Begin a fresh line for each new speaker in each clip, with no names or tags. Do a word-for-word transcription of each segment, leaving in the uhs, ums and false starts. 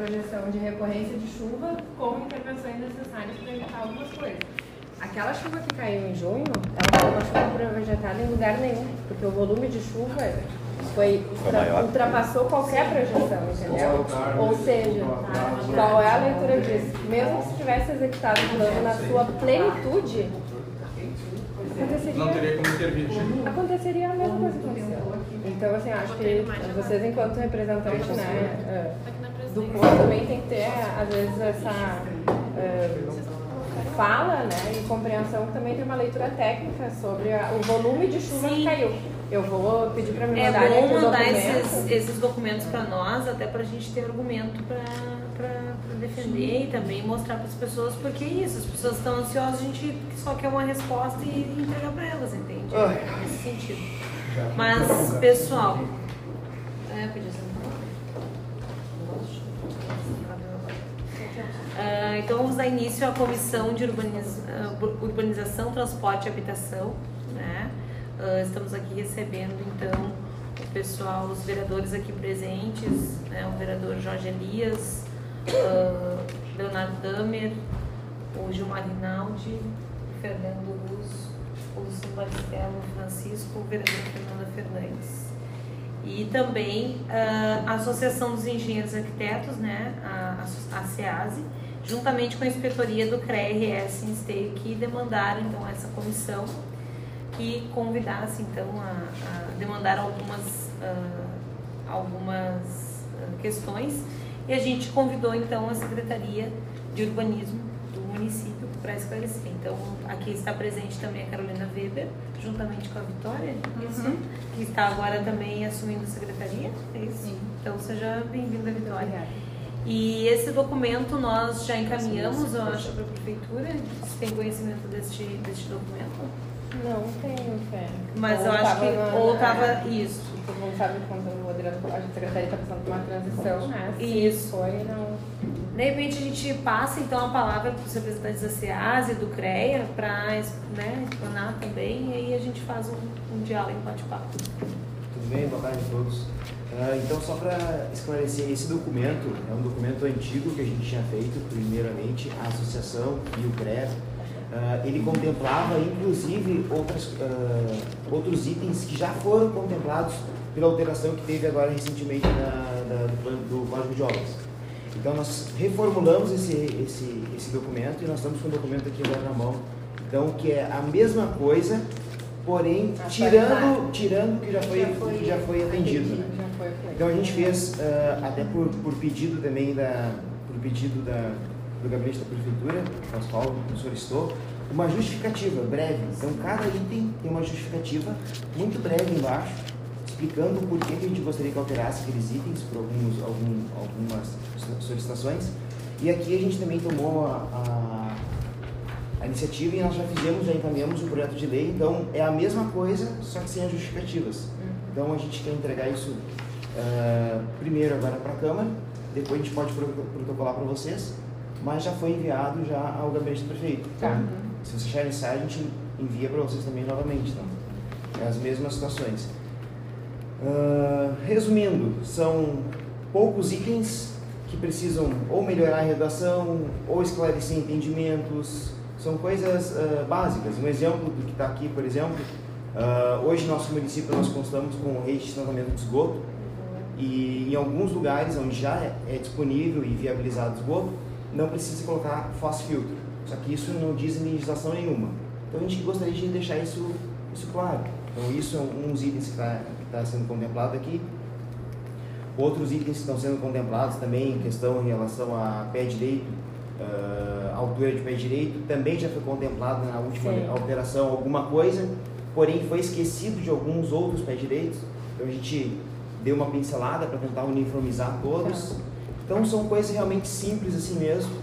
projeção de recorrência de chuva com intervenções necessárias para evitar algumas coisas. Aquela chuva que caiu em junho, ela foi uma chuva projetada em lugar nenhum, porque o volume de chuva foi, ultra, ultrapassou qualquer projeção, entendeu? Ou seja, qual é a leitura disso? Mesmo se tivesse executado o plano na sua plenitude, aconteceria,
não teria como intervir.
Aconteceria a mesma coisa que aconteceu. Então, assim, acho que vocês, enquanto representantes, né, do povo, também tem que ter, às vezes, essa uh, fala, né, e compreensão que também tem uma leitura técnica sobre a, o volume de chuva Sim. que caiu. Eu vou pedir para me mandar
É bom mandar
documento.
esses, esses documentos para nós, até para a gente ter argumento para defender Sim. e também mostrar para as pessoas, porque é isso, as pessoas estão ansiosas, a gente só quer uma resposta e entregar para elas, entende? Ai. Nesse sentido. Mas, pessoal, é, podia ser Uh, então vamos dar início à comissão de urbaniza, uh, urbanização, transporte e habitação, né? Uh, estamos aqui recebendo então o pessoal, os vereadores aqui presentes, né? O vereador Jorge Elias, uh, Leonardo Damer, o Gilmar Rinaldi, o Fernando Luz, o Sebastião Francisco, o vereador Fernanda Fernandes. E também uh, a Associação dos Engenheiros Arquitetos, né? a, a, a SEASE, juntamente com a inspetoria do C R E R S em Esteio, que demandaram então essa comissão que convidasse então a, a demandar algumas, uh, algumas uh, questões, e a gente convidou então a Secretaria de Urbanismo do município para esclarecer. Então aqui está presente também a Carolina Weber, juntamente com a Vitória, isso, uhum. que está agora também assumindo a secretaria, é isso? Sim. Então seja bem-vinda, Vitória. Obrigada. E esse documento nós já encaminhamos, eu acho, para a prefeitura. Você tem conhecimento deste, deste documento?
Não tenho, fé.
Mas ou eu acho que na, ou estava isso.
Todo mundo sabe quando a secretaria está passando por uma transição, né?
Isso.
Foi, não...
De repente a gente passa então a palavra para os representantes da SEASE e do C R E A para, né, explanar também, e aí a gente faz um, um diálogo, um bate-papo.
Tudo bem? Boa tarde a todos. Uh, então, só para esclarecer, esse documento é um documento antigo que a gente tinha feito, primeiramente, a associação e o C R E A. Uh, ele contemplava, inclusive, outras, uh, outros itens que já foram contemplados pela alteração que teve agora recentemente na, na, do, plano, do Código de Obras. Então, nós reformulamos esse, esse, esse documento e nós estamos com o documento aqui agora na mão. Então, que é a mesma coisa, porém, tirando, tirando o que já foi, já foi, que já foi atendido. Né? Já foi então, a gente fez, uh, até por, por pedido também, da, por pedido da, do gabinete da prefeitura, o qual nos solicitou, uma justificativa breve. Então, cada item tem uma justificativa muito breve embaixo, explicando por que a gente gostaria que alterasse aqueles itens por alguns, algum, algumas solicitações. E aqui a gente também tomou a, a, a iniciativa e nós já fizemos, já encaminhamos o projeto de lei. Então é a mesma coisa, só que sem as justificativas. Então a gente quer entregar isso uh, primeiro agora para a Câmara, depois a gente pode protocolar para vocês, mas já foi enviado já ao gabinete do prefeito. Então, uhum. se vocês acharem necessário, a gente envia para vocês também novamente. Então, é as mesmas situações. Uh, resumindo, são poucos itens que precisam ou melhorar a redação ou esclarecer entendimentos, são coisas uh, básicas. Um exemplo do que está aqui, por exemplo, uh, hoje no nosso município nós constamos com rede de tratamento de esgoto e em alguns lugares onde já é disponível e viabilizado esgoto, não precisa colocar fósforo-filtro, só que isso não diz em legislação nenhuma. Então a gente gostaria de deixar isso, isso claro. Então isso são uns itens que está tá sendo contemplado aqui. Outros itens que estão sendo contemplados também em questão em relação a pé direito, uh, altura de pé direito, também já foi contemplado na última Sim. alteração alguma coisa, porém foi esquecido de alguns outros pés direitos. Então a gente deu uma pincelada para tentar uniformizar todos. Então são coisas realmente simples assim mesmo.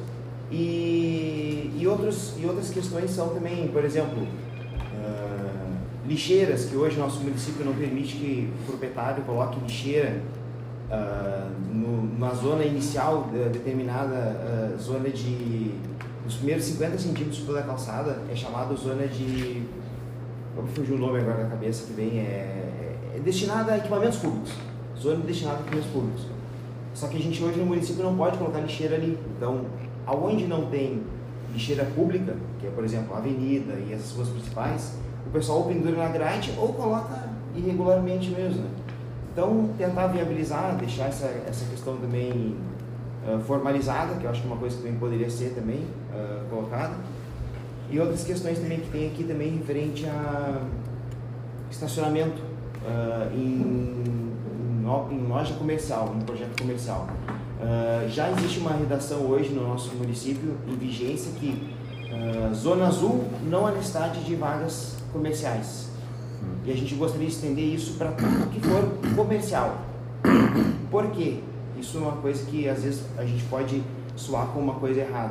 E, e, outros, e outras questões são também, por exemplo, uh, lixeiras, que hoje nosso município não permite que o proprietário coloque lixeira uh, no, na zona inicial, uh, determinada uh, zona de... Os primeiros cinquenta centímetros toda a calçada é chamada zona de... Vamos fugir o nome agora da cabeça que vem, é, é destinada a equipamentos públicos. Zona destinada a equipamentos públicos. Só que a gente hoje no município não pode colocar lixeira ali. Então, aonde não tem lixeira pública, que é, por exemplo, a avenida e essas ruas principais, o pessoal ou pendura na grade ou coloca irregularmente mesmo, né? Então, tentar viabilizar, deixar essa, essa questão também uh, formalizada, que eu acho que é uma coisa que também poderia ser também uh, colocada. E outras questões também que tem aqui também referente a estacionamento uh, em, em, em loja comercial, em projeto comercial. Uh, já existe uma redação hoje no nosso município em vigência que uh, Zona Azul não há necessidade de vagas comerciais. E a gente gostaria de estender isso para tudo que for comercial. Por quê? Isso é uma coisa que às vezes a gente pode soar como uma coisa errada.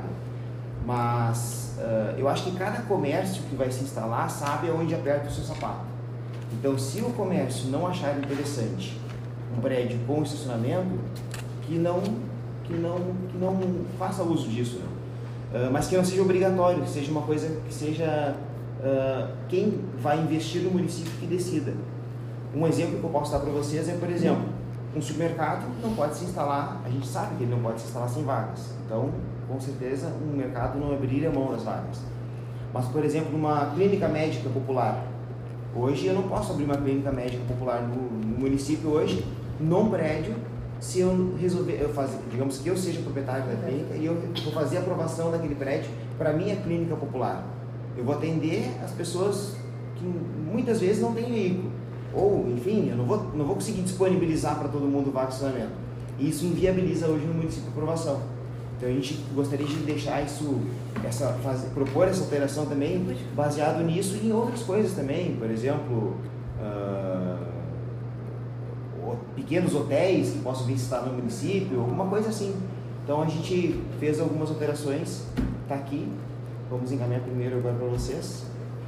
Mas uh, eu acho que cada comércio que vai se instalar sabe aonde aperta o seu sapato. Então, se o comércio não achar interessante um prédio com estacionamento, que não, que não, que não faça uso disso, né? Uh, mas que não seja obrigatório, que seja uma coisa que seja uh, quem vai investir no município que decida. Um exemplo que eu posso dar para vocês é, por exemplo, um supermercado não pode se instalar, a gente sabe que ele não pode se instalar sem vagas. Então, com certeza, um mercado não abriria mão das vagas. Mas, por exemplo, uma clínica médica popular. Hoje eu não posso abrir uma clínica médica popular no, no município hoje, num prédio, se eu resolver, eu fazer, digamos que eu seja proprietário da clínica e eu vou fazer a aprovação daquele prédio para a minha clínica popular. Eu vou atender as pessoas que muitas vezes não têm veículo. Ou, enfim, eu não vou, não vou conseguir disponibilizar para todo mundo o vacinamento. E isso inviabiliza hoje no município a aprovação. Então a gente gostaria de deixar isso, essa, fazer, propor essa alteração também baseado nisso e em outras coisas também. Por exemplo, uh, pequenos hotéis que possam vir estar no município, alguma coisa assim. Então a gente fez algumas alterações, está aqui. Vamos encaminhar primeiro agora para vocês.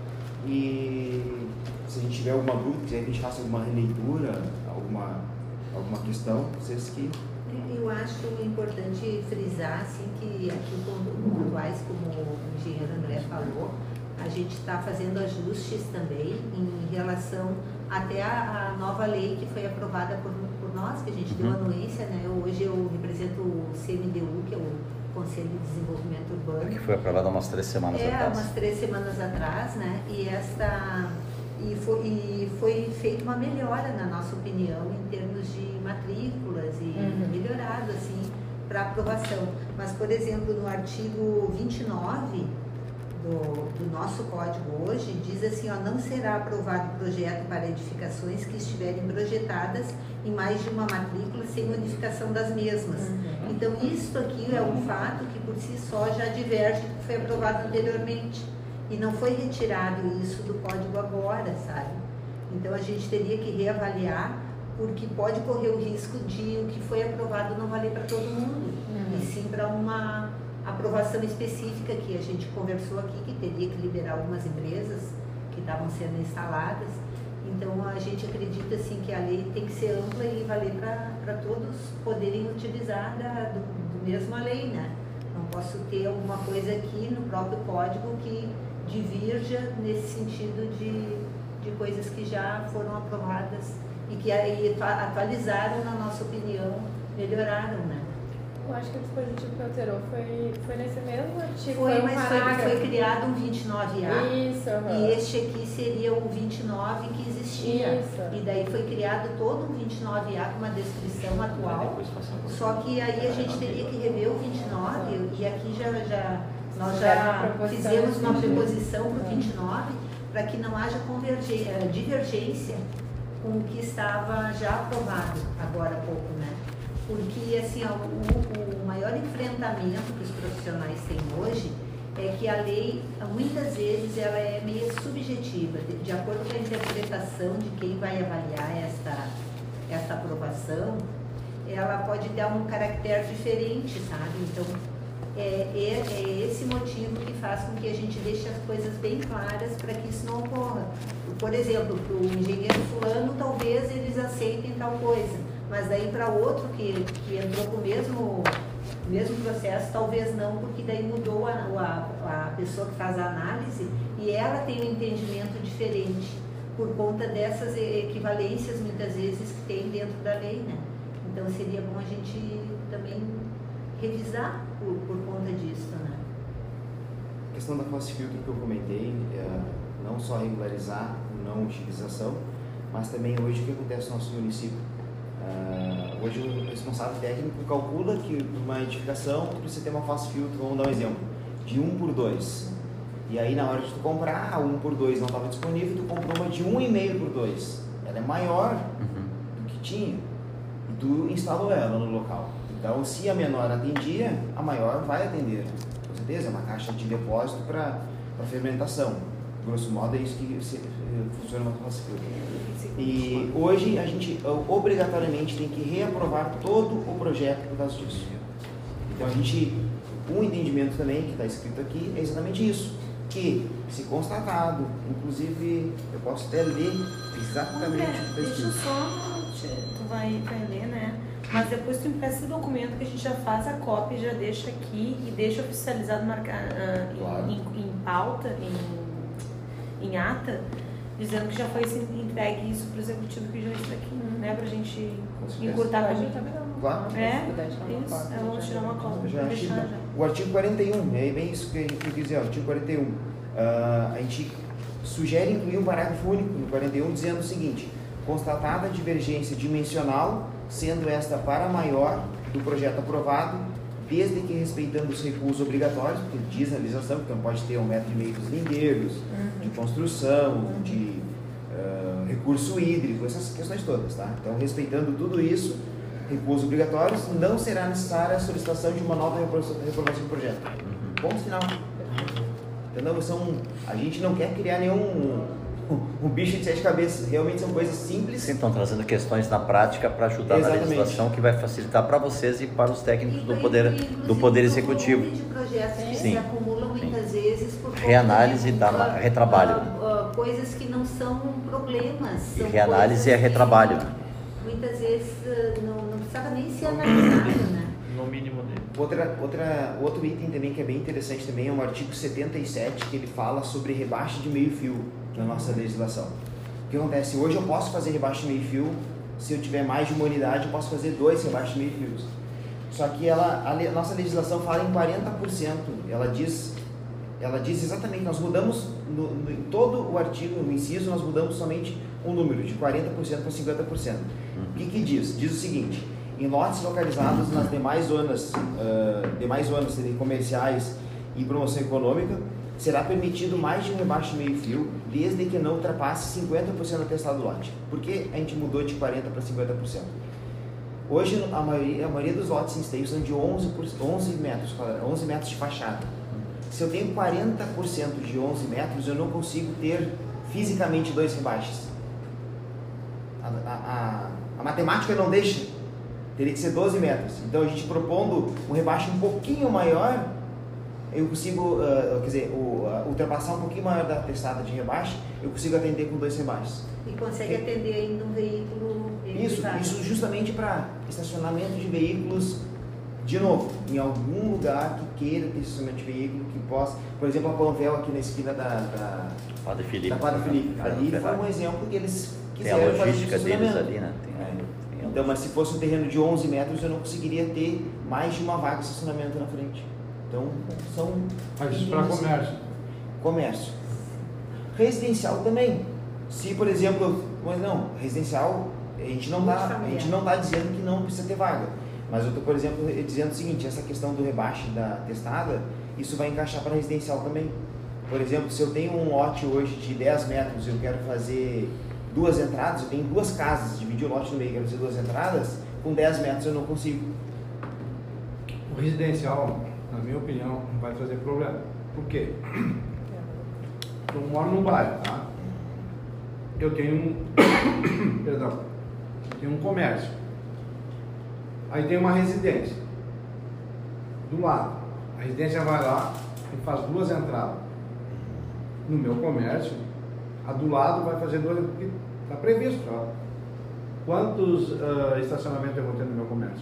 E se a gente tiver alguma dúvida, quiser que a gente faça alguma releitura, alguma, alguma questão, vocês que...
Eu acho importante frisar assim, que aqui pontuais, como o engenheiro André falou, a gente está fazendo ajustes também em relação até a, a nova lei que foi aprovada por, por nós, que a gente deu anuência, né? Hoje eu represento o C M D U, que é o Conselho de Desenvolvimento Urbano.
Que foi aprovada há umas três semanas
é,
atrás.
É, umas três semanas atrás, né? E esta... E foi, e foi feita uma melhora, na nossa opinião, em termos de matrículas e uhum. melhorado, assim, para aprovação. Mas, por exemplo, no artigo vinte e nove do, do nosso código hoje, diz assim, ó, não será aprovado projeto para edificações que estiverem projetadas em mais de uma matrícula sem modificação das mesmas. Uhum. Então, isso aqui é um fato que, por si só, já diverge do que foi aprovado anteriormente. E não foi retirado isso do código agora, sabe? Então a gente teria que reavaliar, porque pode correr o risco de o que foi aprovado não valer para todo mundo, uhum. e sim para uma aprovação específica que a gente conversou aqui, que teria que liberar algumas empresas que estavam sendo instaladas. Então a gente acredita assim, que a lei tem que ser ampla e valer para todos poderem utilizar da, do, do mesma lei, né? Não posso ter alguma coisa aqui no próprio código que divirja nesse sentido de, de coisas que já foram aprovadas e que aí atualizaram, na nossa opinião, melhoraram, né?
Eu acho que o dispositivo que alterou foi, foi nesse mesmo artigo.
Foi,
foi um
mas foi, foi criado um vinte e nove A.
Isso, uhum.
E este aqui seria o vinte e nove que existia.
Isso.
E daí foi criado todo um vinte e nove A com uma descrição atual. Só que aí a gente teria que rever o vinte e nove e aqui já, já, nós já fizemos uma preposição para o vinte e nove para que não haja divergência com o que estava já aprovado agora há pouco, né? Porque assim, ó, o, o maior enfrentamento que os profissionais têm hoje é que a lei, muitas vezes, ela é meio subjetiva, de, de acordo com a interpretação de quem vai avaliar esta, esta aprovação, ela pode dar um caráter diferente, sabe? Então, é, é, é esse motivo que faz com que a gente deixe as coisas bem claras para que isso não ocorra. Por exemplo, para o engenheiro fulano, talvez eles aceitem tal coisa, mas daí para outro que, que entrou com o mesmo, mesmo processo, talvez não, porque daí mudou a, a, a pessoa que faz a análise e ela tem um entendimento diferente por conta dessas equivalências, muitas vezes, que tem dentro da lei, né? Então seria bom a gente também revisar por, por conta disso, né?
A questão da fast filtro que eu comentei, é não só regularizar a não utilização, mas também hoje o que acontece no nosso município. Uh, hoje o responsável técnico calcula que uma edificação precisa ter uma fast filtro, vamos dar um exemplo, de um por dois. E aí na hora de tu comprar, a um por dois não estava disponível, tu comprou uma de um vírgula cinco por dois. Ela é maior do que tinha e tu instalou ela no local. Então se a menor atendia, a maior vai atender. Com certeza, é uma caixa de depósito para fermentação. Grosso modo é isso que se, funciona uma fast filtro. E hoje a gente obrigatoriamente tem que reaprovar todo o projeto por causa disso. Então a gente, um entendimento também que está escrito aqui é exatamente isso, que se constatado, inclusive eu posso até ler exatamente o que está escrito.
Deixa só, tu vai, vai ler, né? Mas depois tu impressa esse documento que a gente já faz a cópia, já deixa aqui e deixa oficializado, marcar, uh, claro. em, em, em pauta, em, em ata, dizendo que já foi entregue isso para o executivo que já está aqui, né? Pra gente encurtar a gente.
Claro.
É, isso. Eu vou tirar uma cópia.
Já, deixar já. O artigo quarenta e um, é bem isso que eu quis dizer, o artigo quarenta e um. Uh, a gente sugere incluir um parágrafo único no quarenta e um dizendo o seguinte: constatada a divergência dimensional, sendo esta para maior do projeto aprovado, desde que respeitando os recuos obrigatórios, porque diz na legislação que não pode ter um metro e meio dos lindeiros, uhum. de construção, uhum. de uh, recurso hídrico, essas questões todas, tá? Então, respeitando tudo isso, recuos obrigatórios, não será necessária a solicitação de uma nova reprovação do projeto. Uhum. Ponto final. Entendeu? São, a gente não quer criar nenhum um, um bicho de sete cabeças, realmente são coisas simples.
Sim, estão trazendo questões na prática para ajudar Exatamente. Na legislação, que vai facilitar para vocês e para os técnicos do Poder, do poder Executivo.
De projetos que
Sim.
se acumulam muitas Sim. vezes por
reanálise e
uh,
retrabalho.
Uh, uh, coisas que não são problemas. São
e reanálise é retrabalho.
Muitas vezes uh, não, não precisava nem ser analisado, né?
No mínimo dele.
Outra, outra, outro item também que é bem interessante também é o artigo setenta e sete, que ele fala sobre rebaixe de meio fio na nossa legislação. O que acontece? Hoje eu posso fazer rebaixo de meio fio, se eu tiver mais de uma unidade eu posso fazer dois rebaixos de meio fios. Só que ela, a, a nossa legislação fala em quarenta por cento, ela diz, ela diz exatamente, nós mudamos no, no, em todo o artigo, no inciso, nós mudamos somente um número, de quarenta por cento para cinquenta por cento. O que que diz? Diz o seguinte: em lotes localizados nas demais zonas, uh, demais zonas comerciais e promoção econômica, será permitido mais de um rebaixo de meio fio, desde que não ultrapasse cinquenta por cento do atestado do lote. Por que a gente mudou de quarenta por cento para cinquenta por cento? Hoje, a maioria, a maioria dos lotes em esteio são de onze, por, onze metros quadrados, onze metros de fachada. Se eu tenho quarenta por cento de onze metros, eu não consigo ter fisicamente dois rebaixes. A, a, a, a matemática não deixa. Teria que ser doze metros. Então, a gente propondo um rebaixo um pouquinho maior, eu consigo, uh, quer dizer, o, uh, ultrapassar um pouquinho maior da testada de rebaixo, eu consigo atender com dois rebaixes.
E consegue atender ainda um veículo...
Isso, isso justamente para estacionamento de veículos, de novo, em algum lugar que queira ter estacionamento de veículo, que possa... Por exemplo, a Panvel aqui na esquina da, da
Padre Filipe.
Da Padre Filipe. Ali foi um exemplo que eles quiseram fazer.
Tem a logística deles ali, né? Tem
é. Então, mas se fosse um terreno de onze metros, eu não conseguiria ter mais de uma vaga de estacionamento na frente. Então, são...
Mas isso para comércio?
Comércio. Residencial também. Se, por exemplo, mas não, residencial, a gente não está a gente não tá dizendo que não precisa ter vaga. Mas eu estou, por exemplo, dizendo o seguinte: essa questão do rebaixe da testada, isso vai encaixar para residencial também. Por exemplo, se eu tenho um lote hoje de dez metros e eu quero fazer duas entradas, eu tenho duas casas, dividi o lote no meio, quero fazer duas entradas, com dez metros eu não consigo.
O residencial, na minha opinião, não vai trazer problema. Por quê? Eu moro num bairro, tá? Eu tenho um... Perdão. Eu tenho um comércio. Aí tem uma residência. Do lado. A residência vai lá e faz duas entradas. No meu comércio, a do lado vai fazer duas... Está previsto, ó. Quantos uh, estacionamentos eu vou ter no meu comércio?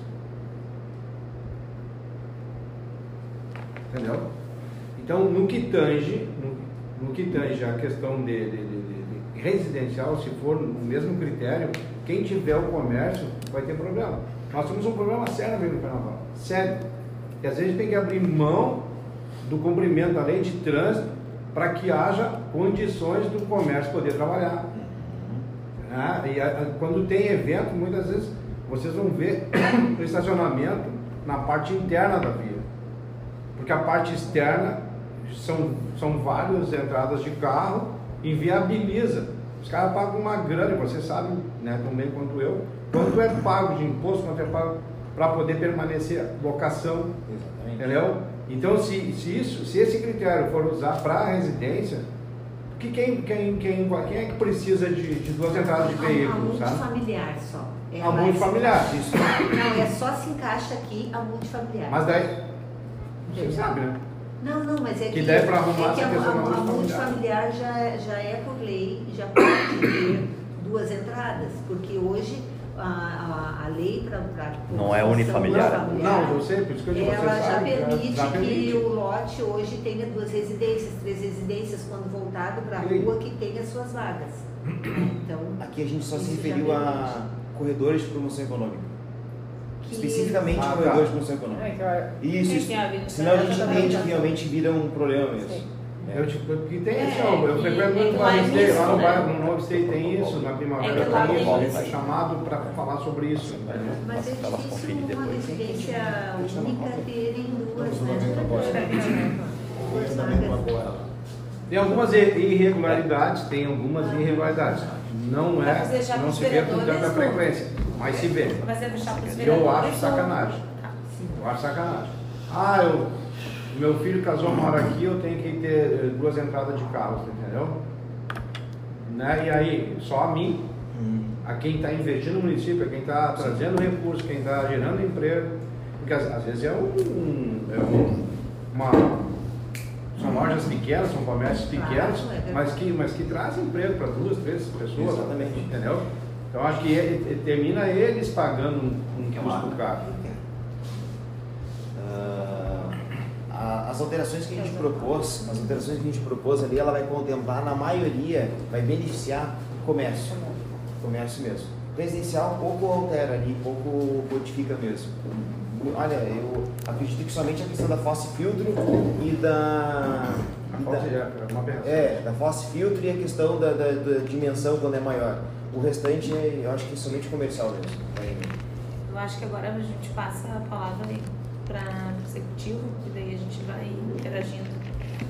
Entendeu? Então, no que tange, no, no que tange a questão de, de, de, de residencial, se for no mesmo critério, quem tiver o comércio vai ter problema. Nós temos um problema sério mesmo no carnaval, sério. E às vezes tem que abrir mão do cumprimento da lei de trânsito para que haja condições do comércio poder trabalhar. Né? E a, quando tem evento, muitas vezes vocês vão ver o estacionamento na parte interna da via. Porque a parte externa são, são várias entradas de carro, inviabiliza. Os caras pagam uma grana, você sabe, né, tão bem quanto eu, quanto é pago de imposto, quanto é pago para poder permanecer locação. Exatamente. Entendeu? Então, se, se, isso, se esse critério for usar para a residência, que quem, quem, quem, quem é que precisa de, de duas entradas de veículos?
A multifamiliar só. É
a multifamiliar, isso.
Não, é só se encaixa aqui a multifamiliar.
Mas daí, você sabe, né?
Não, não, mas é que,
que daí para arrumar
é que
essa
a,
questão
a,
da
a multifamiliar já, já é por lei, já pode ter duas entradas, porque hoje a, a, a lei para...
Não é unifamiliar.
Não, eu sei, por isso que eu digo,
ela
você
já
sabe,
permite
já, já
que
permite.
o lote hoje tenha duas residências, três residências, quando voltado para a rua, que tenha suas vagas. Então,
aqui a gente só se
isso
referiu
já
a corredores de promoção econômica.
Que-
Especificamente
Ah,
corredores
tá.
de promoção econômica.
É, que eu-
Isso,
É
isso.
que a vida
Senão a gente
está
entende
totalmente-
que realmente vira um problema mesmo.
Sim.
Eu, tipo, porque tem
É,
isso, eu, eu
e-
frequento
e
muito
que
o
lá é
Vale State, lá no,
misto,
bairro,
né?
no Novo State tem isso, na
É
primavera
que lá
tem
tem
isso,
isso.
chamado para falar sobre isso. Entendeu?
Mas é
Ela
difícil
confere
uma
depois.
residência única terem duas, né? Duas vagas.
Tem algumas i- irregularidades, tem algumas irregularidades. Não
Vai fazer já
é, não
pros
se vê com
vereadores,
tanta
não.
frequência, mas se vê.
Vai ser deixar para os
Eu
vereadores.
acho
ou-
sacanagem.
Tá.
Eu acho sacanagem. Ah, eu, meu filho casou, mora aqui, eu tenho que ter eh, duas entradas de carro, entendeu? Né? E aí, só a mim, a quem está investindo no município, a quem está trazendo recursos, quem está gerando emprego, porque às, às vezes é um, é um uma são lojas pequenas, são comércios
Claro,
pequenos,
é verdade.
mas que, mas que trazem emprego para duas, três pessoas,
Exatamente.
entendeu? Então acho que ele, ele- termina eles pagando um, um custo caro.
Ah, a- as alterações que a gente propôs, as alterações que a gente propôs ali, ela vai contemplar, na maioria, vai beneficiar o comércio, comércio mesmo. Residencial pouco altera ali, pouco modifica mesmo. Olha, eu acredito que somente a questão da fosse filtro e da...
A
e
falta
da-
de é uma aberração.
É, da fosse filtro e a questão da, da- da dimensão quando é maior. O restante, eu acho que é somente comercial mesmo. Vai-
Eu acho que agora a gente passa a palavra para o executivo e daí a gente vai interagindo.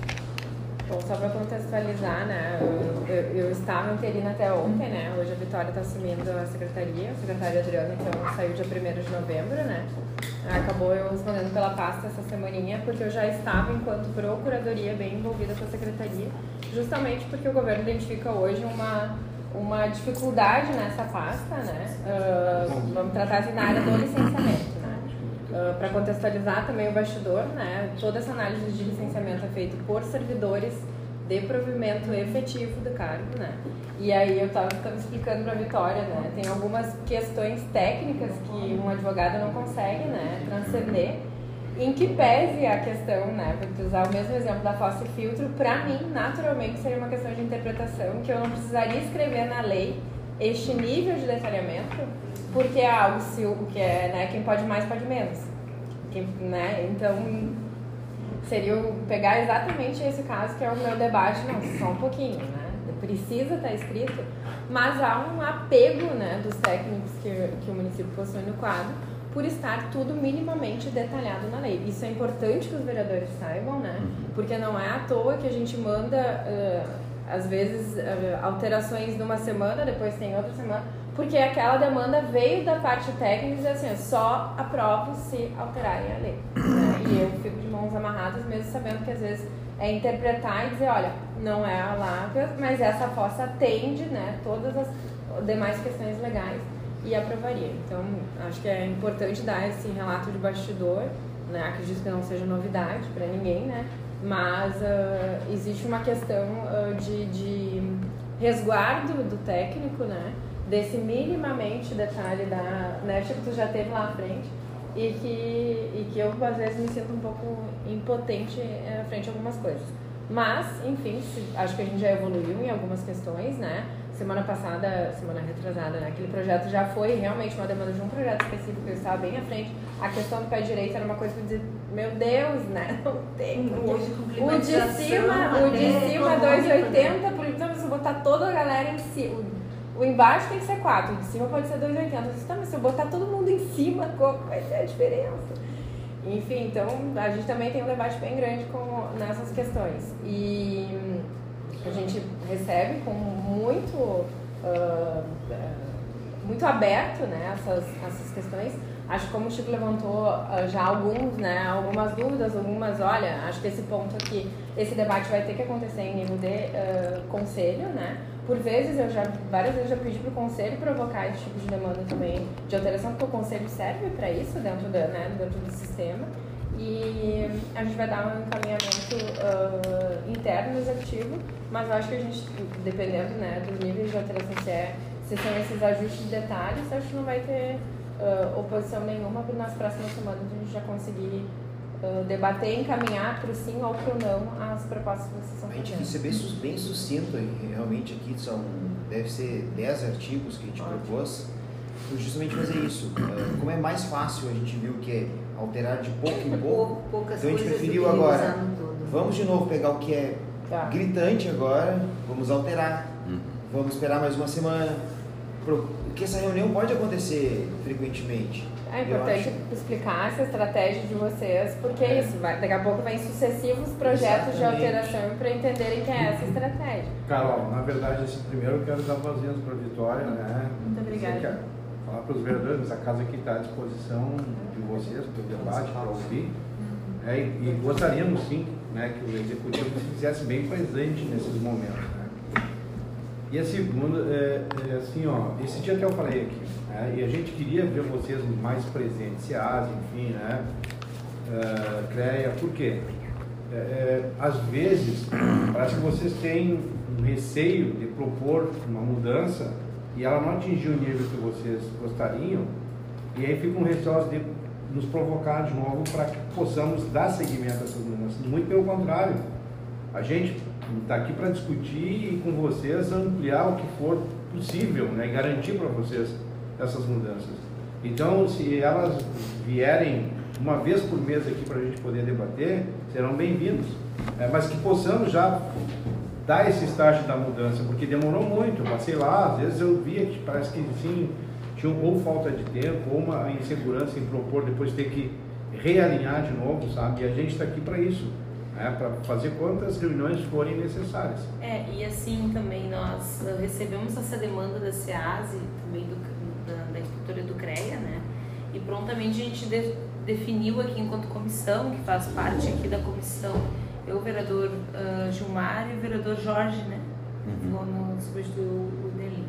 Bom, só para contextualizar, né, eu, eu, eu estava interina até ontem, né, hoje a Vitória está assumindo a secretaria, a secretária Adriana, então, saiu dia primeiro de novembro, né, acabou eu respondendo pela pasta essa semaninha, porque eu já estava, enquanto procuradoria, bem envolvida com a secretaria, justamente porque o governo identifica hoje uma, uma dificuldade nessa pasta, né, uh, vamos tratar assim na área do licenciamento, né. Uh, para contextualizar também o bastidor, né, toda essa análise de licenciamento é feita por servidores de provimento efetivo do cargo, né, e aí eu estava explicando para a Vitória, né, tem algumas questões técnicas que um advogado não consegue, né, transcender, em que pese a questão, né, vou usar o mesmo exemplo da fosse filtro, para mim, naturalmente, seria uma questão de interpretação, que eu não precisaria escrever na lei este nível de detalhamento, porque é algo se o que é, né, quem pode mais pode menos, quem, né, então seria eu pegar exatamente esse caso que é o meu debate, não, só um pouquinho, né, precisa estar escrito, mas há um apego, né, dos técnicos que, que o município possui no quadro, por estar tudo minimamente detalhado na lei. Isso é importante que os vereadores saibam, né, porque não é à toa que a gente manda, uh, às vezes, uh, alterações numa semana, depois tem outra semana, porque aquela demanda veio da parte técnica e diz assim, só aprovo se alterarem a lei. Né? E eu fico de mãos amarradas mesmo sabendo que às vezes é interpretar e dizer, olha, não é a LACA, mas essa fossa atende, né, todas as demais questões legais e aprovaria. Então, acho que é importante dar esse relato de bastidor, né? Acredito que não seja novidade para ninguém, né? Mas uh, existe uma questão uh, de, de resguardo do técnico, né? Desse minimamente detalhe da NET que tu já teve lá à frente e que, e que eu às vezes me sinto um pouco impotente uh, frente a algumas coisas. Mas, enfim, se, acho que a gente já evoluiu em algumas questões, né? semana passada, semana retrasada, né? Aquele projeto já foi realmente uma demanda de um projeto específico, eu estava bem à frente. A questão do pé direito era uma coisa que eu dizia, meu Deus, né? Não tem.
Hoje, com
O de cima, o de cima dois e oitenta, por exemplo, se eu botar toda a galera em cima, o embaixo tem que ser quatro, o de cima pode ser dois e oitenta. Tá, mas se eu botar todo mundo em cima, qual vai ser a diferença? Enfim, então a gente também tem um debate bem grande com, nessas questões. E a gente recebe com muito, uh, muito aberto, né, essas, essas questões. Acho que como o Chico levantou uh, já alguns, né, algumas dúvidas, algumas, olha, acho que esse ponto aqui, esse debate vai ter que acontecer em nível de uh, conselho, né? Por vezes, eu já, várias vezes já pedi para o conselho provocar esse tipo de demanda também de alteração, porque o conselho serve para isso dentro, da, né, dentro do sistema. E a gente vai dar um encaminhamento uh, interno no executivo, mas eu acho que a gente, dependendo, né, dos níveis de alteração, se, é, se são esses ajustes de detalhes, acho que não vai ter uh, oposição nenhuma para nas próximas semanas a gente já conseguir uh, debater, encaminhar para o sim ou para o não as propostas que vocês estão fazendo.
A gente quis ser bem, bem sucinto, realmente aqui são, deve ser dez artigos que a gente Ótimo. propôs, por justamente fazer isso. Uh, como é mais fácil, a gente viu que é alterar de pouco em pouco,
Poucas
então a gente preferiu agora, vamos de novo pegar o que é tá. gritante agora, vamos alterar, uhum. vamos esperar mais uma semana, porque essa reunião pode acontecer frequentemente.
É importante explicar essa estratégia de vocês, porque é isso, vai, daqui a pouco vem sucessivos projetos Exatamente. de alteração para entenderem que é essa estratégia.
Carol, na verdade, esse primeiro eu quero dar boas-vindas para a Vitória, né?
Muito obrigada.
Falar para os vereadores, a casa aqui está à disposição de vocês para o debate, para ouvir. É, e, e gostaríamos sim, né, que o executivo se fizesse bem presente nesses momentos. Né? E a segunda, é, é assim, ó, esse dia que eu falei aqui, né, e a gente queria ver vocês mais presentes, SEAS, enfim, né, uh, CREA, por quê? É, é, às vezes, parece que vocês têm um receio de propor uma mudança e ela não atingiu o nível que vocês gostariam, e aí ficam receosos de nos provocar de novo para que possamos dar seguimento a essas mudanças. Muito pelo contrário, a gente está aqui para discutir e com vocês ampliar o que for possível, né, e garantir para vocês essas mudanças. Então, se elas vierem uma vez por mês aqui para a gente poder debater, serão bem-vindos, é, mas que possamos já dar esse estágio da mudança, porque demorou muito, eu passei lá, às vezes eu via que parece que sim, tinha ou falta de tempo, ou uma insegurança em propor, depois ter que realinhar de novo, sabe? E a gente está aqui para isso, né? Para fazer quantas reuniões forem necessárias.
É, e assim também nós recebemos essa demanda da SEAS e também do, da, da instrutora do CREA, né? E prontamente a gente de, definiu aqui enquanto comissão, que faz parte aqui da comissão, eu, o vereador uh, Gilmar e o vereador Jorge, né? Uhum. No substituto o dele.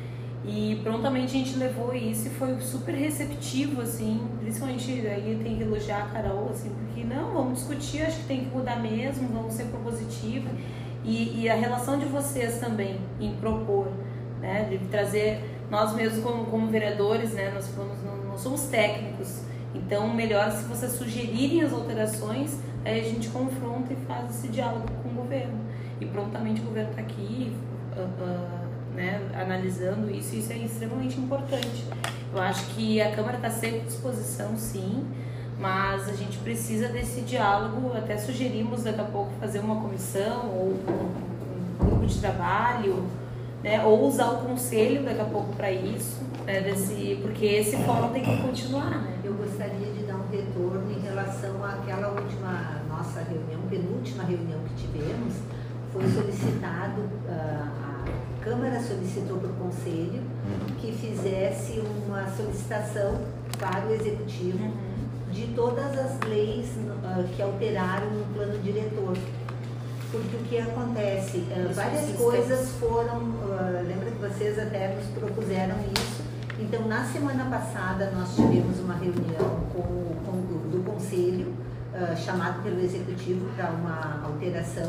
E prontamente a gente levou isso e foi super receptivo, assim, principalmente aí tem que elogiar a Carol, assim, porque não, vamos discutir, acho que tem que mudar mesmo, vamos ser propositivos. E, e a relação de vocês também em propor, né? De trazer, nós mesmos como, como vereadores, né? Nós, fomos, nós somos técnicos, então melhor se vocês sugerirem as alterações, aí a gente confronta e faz esse diálogo com o governo. E prontamente o governo está aqui, uh, uh, né, analisando isso, e isso é extremamente importante. Eu acho que a Câmara está sempre à disposição, sim, mas a gente precisa desse diálogo, até sugerimos daqui a pouco fazer uma comissão ou um, um grupo de trabalho, né, ou usar o conselho daqui a pouco para isso, né, desse, porque esse fórum tem que continuar. Né?
Eu gostaria de dar um retorno em relação àquela última nossa reunião, penúltima reunião que tivemos, foi solicitado, uh, a Câmara solicitou para o Conselho que fizesse uma solicitação para o Executivo de todas as leis uh, que alteraram o plano diretor. Porque o que acontece, uh, várias coisas foram, uh, lembra que vocês até nos propuseram isso, então na semana passada nós tivemos uma reunião com, com o do Conselho, uh, chamado pelo Executivo para uma alteração,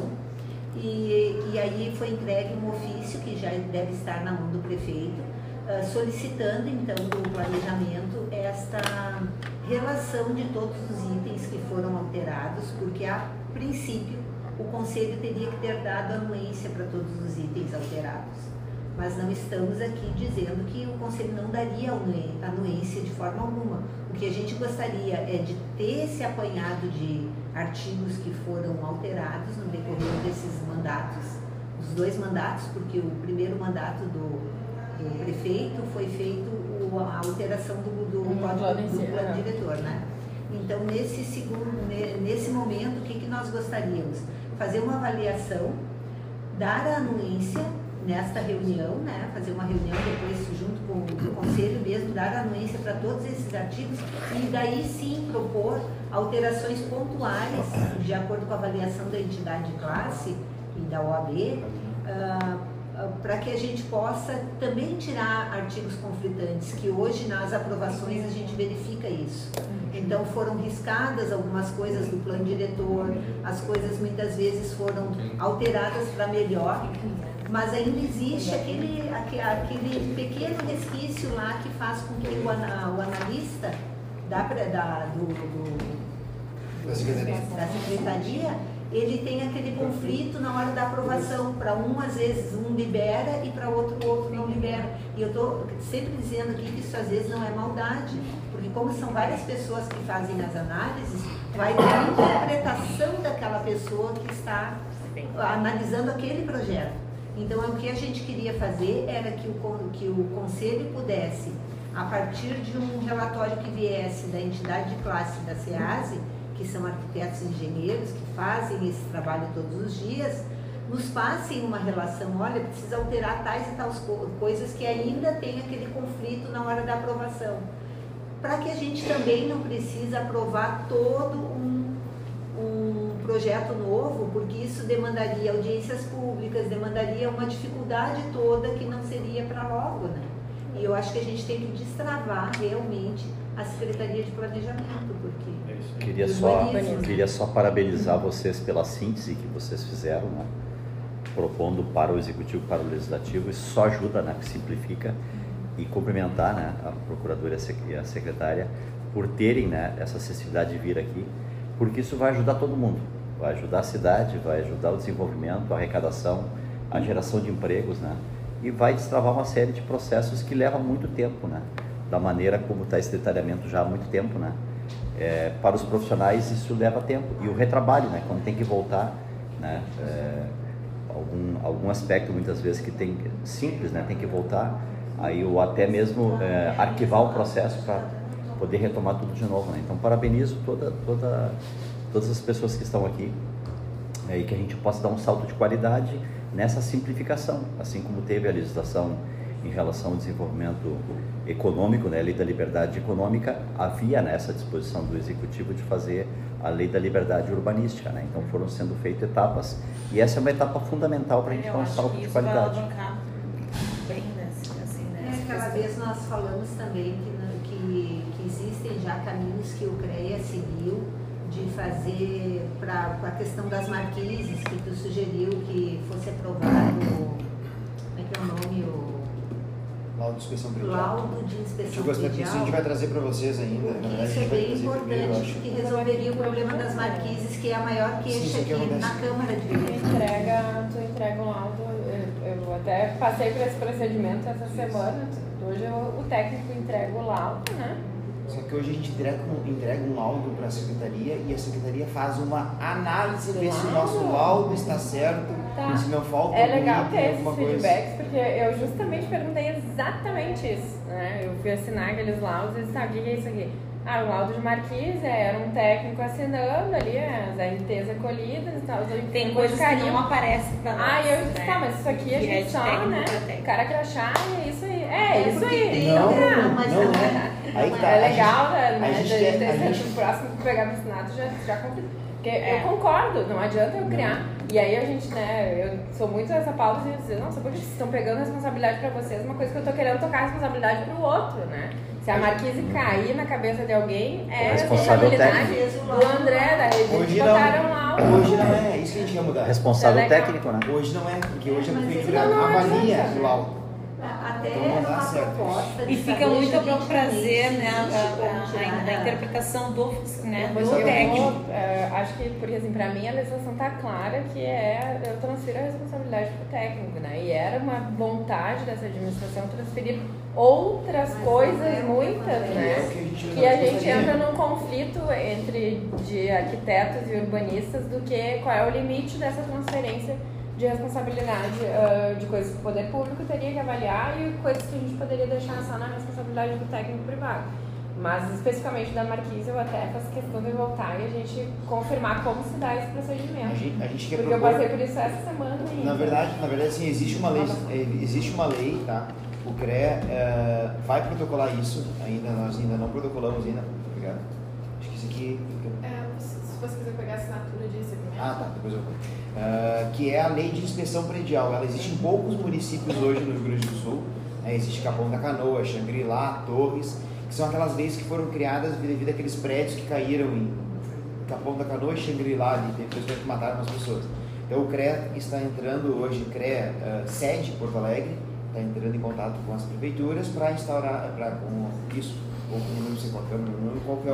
e, e aí foi entregue um ofício que já deve estar na mão do prefeito, uh, solicitando então do planejamento esta relação de todos os itens que foram alterados, porque a princípio o Conselho teria que ter dado anuência para todos os itens alterados. Mas não estamos aqui dizendo que o Conselho não daria anuência de forma alguma. O que a gente gostaria é de ter esse apanhado de artigos que foram alterados no decorrer desses mandatos, os dois mandatos, porque o primeiro mandato do, do prefeito foi feito o, a alteração do, do
um
código do plano diretor, né? Então, nesse, segundo, nesse momento, o que, que nós gostaríamos? Fazer uma avaliação, dar a anuência nesta reunião, né? Fazer uma reunião depois junto com o conselho mesmo, dar a anuência para todos esses artigos e daí sim propor alterações pontuais de acordo com a avaliação da entidade de classe e da O A B, uh, uh, para que a gente possa também tirar artigos conflitantes, que hoje nas aprovações a gente verifica isso. Então foram riscadas algumas coisas do plano diretor, as coisas muitas vezes foram alteradas para melhor, mas ainda existe aquele, aquele pequeno resquício lá que faz com que o, ana, o analista da, da, do, do,
da, secretaria.
da secretaria, ele tem aquele conflito na hora da aprovação. Para um, às vezes, um libera e para outro, o outro não libera. E eu estou sempre dizendo aqui que isso às vezes não é maldade, porque como são várias pessoas que fazem as análises, vai dar a interpretação daquela pessoa que está analisando aquele projeto. Então, o que a gente queria fazer era que o, que o Conselho pudesse, a partir de um relatório que viesse da entidade de classe da SEASE, que são arquitetos e engenheiros que fazem esse trabalho todos os dias, nos passem uma relação, olha, precisa alterar tais e tais coisas que ainda tem aquele conflito na hora da aprovação. Para que a gente também não precise aprovar todo um, um projeto novo, porque isso demandaria audiências públicas, demandaria uma dificuldade toda que não seria para logo, né? E eu acho que a gente tem que destravar realmente a Secretaria de Planejamento, porque...
Queria só, queria só parabenizar vocês pela síntese que vocês fizeram, né? Propondo para o Executivo, para o Legislativo, isso só ajuda, né? Que simplifica, e cumprimentar, né, a Procuradora e a Secretária por terem, né, essa acessibilidade de vir aqui, porque isso vai ajudar todo mundo, vai ajudar a cidade, vai ajudar o desenvolvimento, a arrecadação, a geração de empregos, né? E vai destravar uma série de processos que levam muito tempo, né? Da maneira como está esse detalhamento já há muito tempo, né? É, para os profissionais isso leva tempo, e o retrabalho, né? Quando tem que voltar, né? É, algum, algum aspecto muitas vezes que tem, simples, né? Tem que voltar, aí ou até mesmo é, arquivar o processo para poder retomar tudo de novo, né? Então parabenizo toda, toda, todas as pessoas que estão aqui, é, e que a gente possa dar um salto de qualidade nessa simplificação, assim como teve a legislação em relação ao desenvolvimento econômico, né, a Lei da Liberdade Econômica, havia nessa disposição do Executivo de fazer a Lei da Liberdade Urbanística, né? Então foram sendo feitas etapas, e essa é uma etapa fundamental para a gente dar um salto de qualidade.
Bem, assim, né?
É, aquela vez nós falamos também que, que, que existem já caminhos que o CREA seguiu de fazer para a questão das marquises, que tu sugeriu que fosse aprovado, como é que é o nome? O
Laudo de inspeção predial.
Laudo de inspeção predial.
Isso a gente vai trazer para vocês ainda. Na verdade,
Isso
a
é
gente vai
bem
trazer
importante,
primeiro,
porque resolveria o problema das marquises, que é a maior queixa aqui na Câmara de
Tu
Vereadores.
entrega, tu entrega um laudo, eu, eu até passei por esse procedimento essa semana, hoje eu, o técnico entrega o laudo, né?
Só que hoje a gente entrega um, entrega um laudo para a Secretaria e a Secretaria faz uma análise para ver se o nosso laudo está certo,
Tá.
se não falta
É legal
algum
ter
item,
esses
alguma coisa.
feedbacks, porque eu justamente perguntei exatamente isso, né? Eu fui assinar aqueles laudos e disse, ah, o que é isso aqui? Ah, o laudo de marquise, era um técnico assinando ali as N Ts acolhidas e tal.
Tem coisas que não aparecem pra nós.
Ah, e eu disse,
né?
tá, mas isso aqui a
Que é
gente
de
só,
técnico
né?
pra técnico.
O cara crachá e é isso aí. É,
É,
isso
porque
aí.
tem-
Não,
Não,
não,
mas
não,
não
é.
é.
Aí
Não
tá,
É
a
legal,
gente-
né?
a
né,
gente
de
quer-
ter
a
sido
gente-
o próximo que pegar assinado já, já conflito. Porque
É.
eu concordo, não adianta eu criar. E aí a gente, né, eu sou muito essa pauta de dizer, nossa, porque vocês estão pegando responsabilidade pra vocês, uma coisa que eu tô querendo tocar a responsabilidade pro outro, né? Se a marquise cair na cabeça de alguém, é
Responsável
responsabilidade
técnico.
do André, da Rede,
Hoje
que botaram lá
não,
o...
hoje não é, isso que a gente quer mudar.
Responsável
É legal.
técnico, né?
Hoje não é, porque hoje a
Mas
prefeitura
isso não
avalia
ajuda,
o laudo.
Até até
Então, não dá
uma
certo.
proposta de
E fica
saber
muito a bel
juridicamente
prazer,
se
né,
existe
a,
como
a- a-
tirar
a
da-
interpretação do, né,
Pois
do
eu
técnico.
vou, eh, acho que, porque assim, pra mim a legislação tá clara que é, eu transfiro a responsabilidade pro técnico, né? E era uma vontade dessa administração transferir outras
Mas
coisas,
não é o que
muitas,
acontece.
né?
É o que a gente
Que a
não
gente
gostaria.
entra num conflito entre de arquitetos e urbanistas do que qual é o limite dessa transferência de responsabilidade uh, de coisas que o poder público teria que avaliar e coisas que a gente poderia deixar só na responsabilidade do técnico privado. Mas especificamente da Marquise eu até faço questão de voltar e a gente confirmar como se dá esse procedimento.
A gente, a gente quer
Porque eu
propor...
passei por isso essa semana ainda.
Na verdade, na verdade, assim, existe uma lei, eh, existe uma lei, tá? O C R E eh, vai protocolar isso, ainda nós ainda não protocolamos ainda. Obrigado. Acho que isso aqui.
É, se se você quiser pegar a assinatura disso aqui mesmo.
Ah, tá. Depois eu vou. Uh, que é a lei de inspeção predial. Ela existe em poucos municípios hoje no Rio Grande do Sul. Né? Existe Capão da Canoa, Xangri-Lá, Torres, que são aquelas leis que foram criadas devido àqueles prédios que caíram em Capão da Canoa e Xangri-Lá, ali, teve pessoas que mataram as pessoas. Então o C R E está entrando hoje, C R E uh, sede Porto Alegre, está entrando em contato com as prefeituras para instaurar, para com isso, ou com não sei qual, não lembro qual que é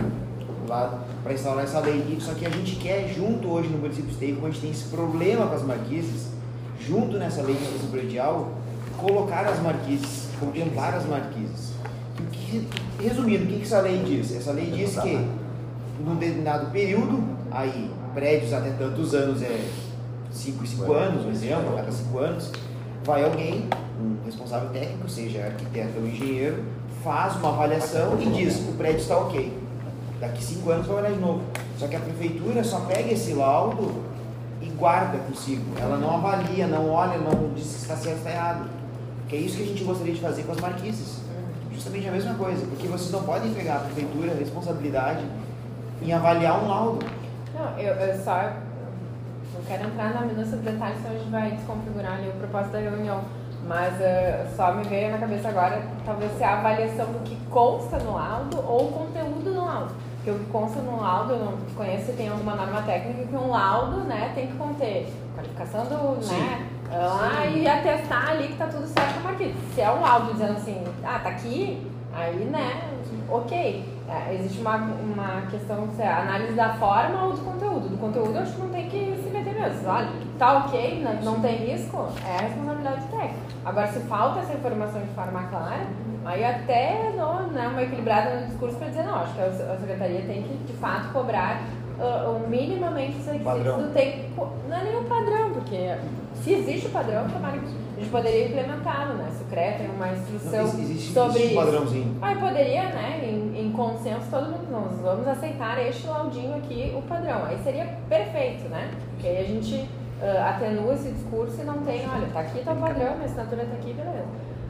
o lado, para instaurar essa lei. Só que a gente quer, junto hoje no município de Esteio, como a gente tem esse problema com as marquises, junto nessa lei de inspeção predial, colocar as marquises, contemplar as marquises. Que, resumindo, o que, que essa lei diz? Essa lei diz que, num determinado período, aí, prédios até tantos anos, é cinco e cinco anos, um exemplo, a cada cinco anos, vai alguém, um responsável técnico, seja arquiteto ou engenheiro, faz uma avaliação e diz, o prédio está ok. Daqui cinco anos vai olhar de novo. Só que a prefeitura só pega esse laudo e guarda consigo. Ela não avalia, não olha, não diz se está certo ou está errado. Que é isso que a gente gostaria de fazer com as marquises. Justamente a mesma coisa, porque vocês não podem pegar a prefeitura a responsabilidade em avaliar um laudo.
Não, eu, eu só não quero entrar na minúcia dos detalhes, senão a gente vai desconfigurar ali o propósito da reunião. Mas uh, só me veio na cabeça agora, talvez ser a avaliação do que consta no laudo ou o conteúdo no laudo. Porque o que consta no laudo, eu não conheço se tem alguma norma técnica que um laudo, né, tem que conter qualificação do,
Sim.
né, lá e atestar ali que tá tudo certo com aquilo. Se é um laudo dizendo assim, ah, tá aqui, aí, né, ok. É, existe uma, uma questão, se é a análise da forma ou do conteúdo. Do conteúdo eu acho que não tem que se meter mesmo. Olha, tá ok, não, não tem risco, é a responsabilidade técnica. Agora, se falta essa informação de forma clara, aí até não, né, uma equilibrada no discurso para dizer, não, acho que a secretaria tem que, de fato, cobrar uh, um minimamente os requisitos do técnico. Não é nem o padrão, porque se existe o padrão, tomara que a gente poderia implementá-lo, né? Se o C R E tem uma instrução
Não, existe,
sobre
existe um
isso.
padrãozinho.
Aí poderia, né, em, em consenso, todo mundo, nós vamos aceitar este laudinho aqui, o padrão. Aí seria perfeito, né? Porque aí a gente uh, atenua esse discurso e não tem, olha, tá aqui, tá o padrão, minha assinatura tá aqui, beleza.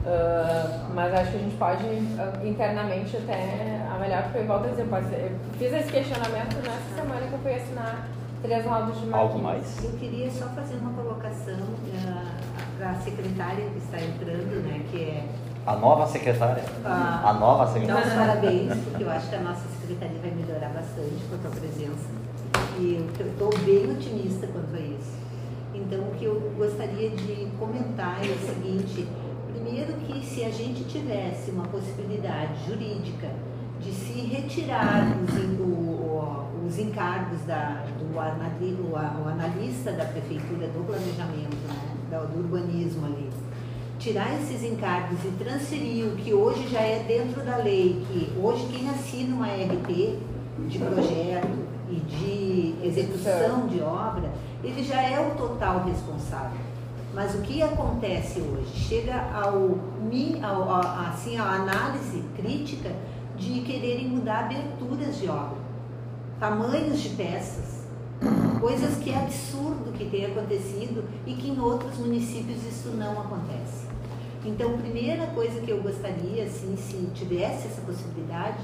Uh, mas acho que a gente pode uh, internamente até avaliar, porque eu volto a dizer, pode ser, eu fiz esse questionamento nessa semana que eu fui assinar três laudos de
Algo
marquinhos.
mais?
Eu queria só fazer uma colocação uh, para a secretária que está entrando, né, que é
A nova secretária.
Ah,
A nova secretária.
Então, parabéns, porque eu acho que a nossa secretaria vai melhorar bastante com a tua presença. E eu estou bem otimista quanto a isso. Então, o que eu gostaria de comentar é o seguinte: primeiro, que se a gente tivesse uma possibilidade jurídica de se retirar os, o, os encargos da, do anali, o, o analista da prefeitura do planejamento, né, do urbanismo ali, tirar esses encargos e transferir o que hoje já é dentro da lei, que hoje quem assina uma R T de projeto e de execução de obra, ele já é o total responsável. Mas o que acontece hoje? Chega ao, ao, assim, à análise crítica de quererem mudar aberturas de obra, tamanhos de peças, coisas que é absurdo que tenha acontecido e que em outros municípios isso não acontece. Então, primeira coisa que eu gostaria, assim, se tivesse essa possibilidade,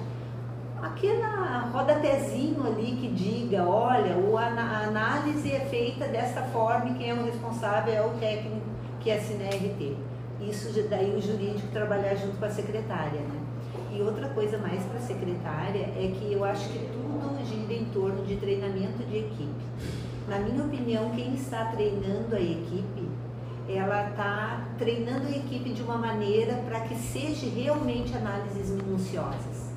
aquele rodapezinho ali que diga, olha, a análise é feita dessa forma e quem é o responsável é o técnico que assina a R T. Isso daí o jurídico trabalhar junto com a secretária, né? E outra coisa mais para a secretária é que eu acho que tudo gira em torno de treinamento de equipe. Na minha opinião, quem está treinando a equipe ela está treinando a equipe de uma maneira para que seja realmente análises minuciosas,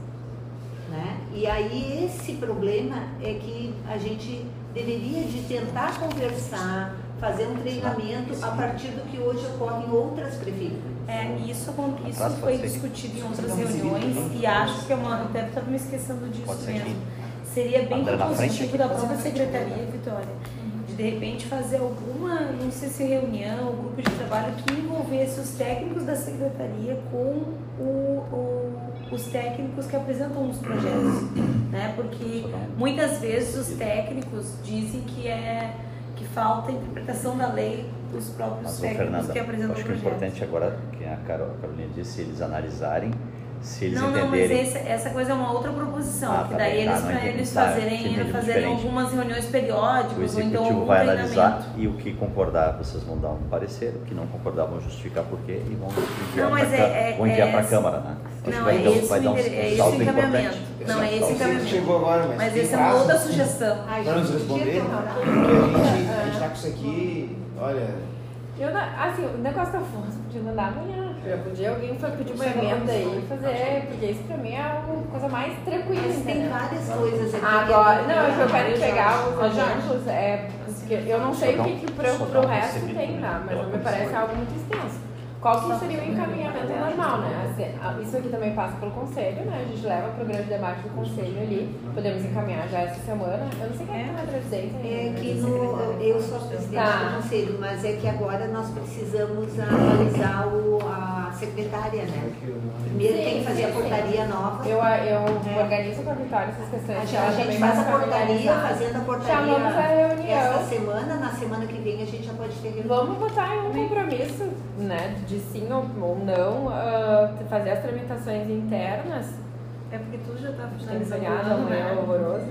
né? E aí esse problema é que a gente deveria de tentar conversar, fazer um treinamento a partir do que hoje ocorre em outras prefeituras.
É, isso, isso foi discutido em outras reuniões e acho que é uma, até estava me esquecendo disso mesmo. Seria bem positivo da própria secretaria, Vitória, de de repente fazer alguma, não sei se reunião, grupo de trabalho que envolvesse os técnicos da secretaria com o, o, os técnicos que apresentam os projetos, né? Porque muitas vezes os técnicos dizem que é que falta interpretação da lei dos próprios Mas, técnicos Fernanda, que apresentam o projeto.
Acho que o importante agora, que a Carolina disse, eles analisarem, se eles
não,
entenderem...
Não, mas essa, essa coisa é uma outra proposição,
ah,
que
tá
daí
bem,
eles,
tá,
para eles
tá,
fazerem, fazerem algumas reuniões periódicas,
o executivo
ou então algum
vai analisar e o que concordar, vocês vão dar um parecer, o que não concordar vão justificar por quê e vão enviar para
é, é,
é,
a
Câmara, né?
Acho
não,
vai,
é
dar,
esse vai dar um,
é
um salto
encaminhamento. Não, é esse encaminhamento.
Chegou agora, mas
mas essa é uma outra sugestão.
Para nos responder, porque a gente a está com isso aqui, olha...
Eu, assim, o negócio da força podia mandar amanhã. Já podia alguém pedir uma emenda aí e fazer, porque isso pra mim é a coisa mais tranquila.
Mas tem várias coisas aqui.
Agora, não, o que eu quero pegar os exemplos é. Porque eu não sei o que, que pro, pro resto tem, né? Mas me parece algo muito extenso. Qual que seria o encaminhamento normal, né? Assim, isso aqui também passa pelo conselho, né? A gente leva para o grande debate do conselho ali. Podemos encaminhar já essa semana. Eu não sei quem é que está na presidência.
É que no, eu sou a presidente tá. do conselho, mas é que agora nós precisamos analisar o, a secretária, né? Primeiro sim, tem que fazer sim, a portaria sim. nova.
Eu, eu é. organizo com a Vitória essas questões.
A gente, a gente faz a portaria, fazendo a portaria
chamamos a reunião.
esta semana. Na semana que vem a gente já pode ter reunião.
Vamos botar em um compromisso, né? De sim ou, ou não, uh, fazer as tramitações internas.
É porque tudo já está
finalizado, amanhã é horroroso.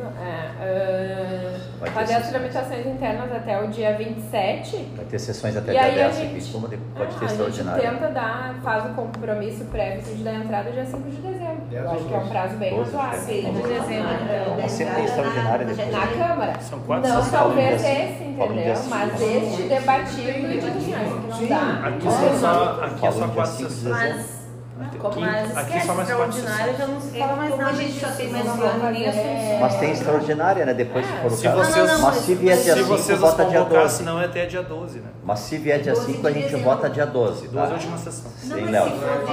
É, uh, fazer as tramitações internas até o dia vinte e sete.
Vai ter sessões até dia dez aqui, como pode
ah,
ter extraordinário.
A gente tenta dar, faz o compromisso prévio de dar entrada dia cinco de dezembro. Eu acho que é um prazo bem razoável.
cinco de dezembro.
Mas sempre tem extraordinário depois.
Na Câmara.
São quatro
não talvez
assim,
esse, entendeu? Mas este debatido e tudo assim, não dá.
Aqui são só, aqui é só quatro sessões.
Aqui, mas aqui é só mais extraordinário já não se fala mais nada.
A gente só tem mais
é...
Mas tem extraordinária, né? Depois se for o
se
caso.
Vocês,
não, não, mas se vier dia cinco, vota dia doze.
Senão é até dia doze, né?
Mas se vier dia cinco, a gente vota dia doze.
doze é a última sessão.
Sim, Léo.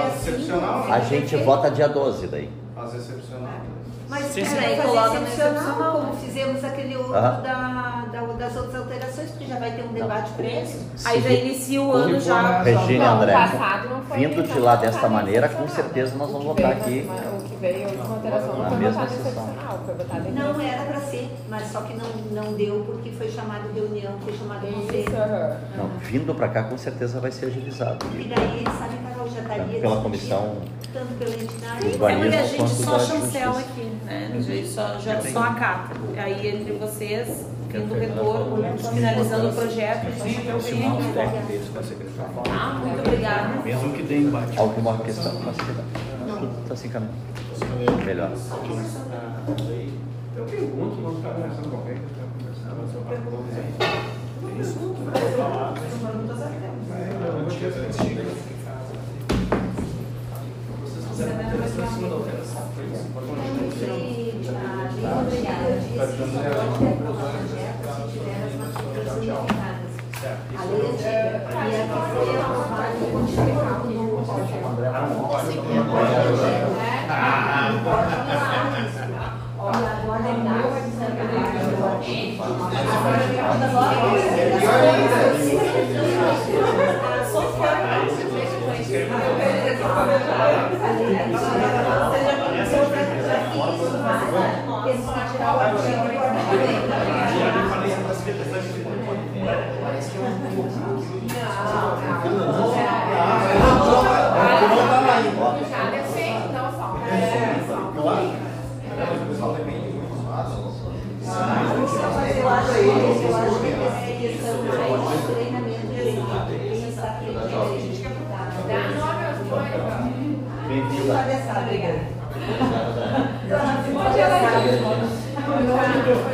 A gente vota dia doze daí.
Faz excepcional.
Mas
sim,
sim,
sim.
fazer excepcional, como fizemos aquele outro ah. da, da, das outras alterações, porque já vai ter um debate prévio.
Aí já inicia o ano já.
Regina e André,
não foi
vindo de lá desta maneira, com certeza nós vamos votar aqui.
O que veio, a última alteração não foi votado excepcional, foi votado em
Não era para ser, mas só que não, não deu porque foi chamado reunião, foi chamado conselho.
Não, vindo para cá, com certeza vai ser agilizado.
E daí eles sabem, Carol, já estaria
pela comissão,
tanto pela entidade.
É porque a gente só chancela aqui, né? A gente só, já, só acata. Aí entre vocês, vindo o retorno, finalizando o projeto, a gente vai ver. Ah, muito obrigada.
Mesmo que dê embate.
Alguma questão? Tudo está se encaminhando. Melhor.
Eu pergunto, não está conversando com alguém que está conversando.
A lei antiga, e a que foi aprovada e continuou no projeto. Olha, agora é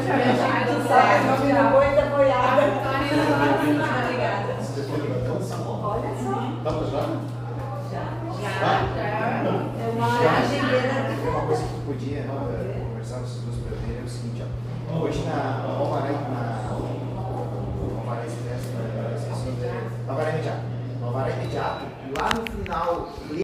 muito apoiada. Obrigada. Olha só.
Tá pesado?
Já, já. É uma engenheira.
Uma coisa que tu podia uh, conversar com vocês duas para ver é o seguinte, ó. Hoje na, na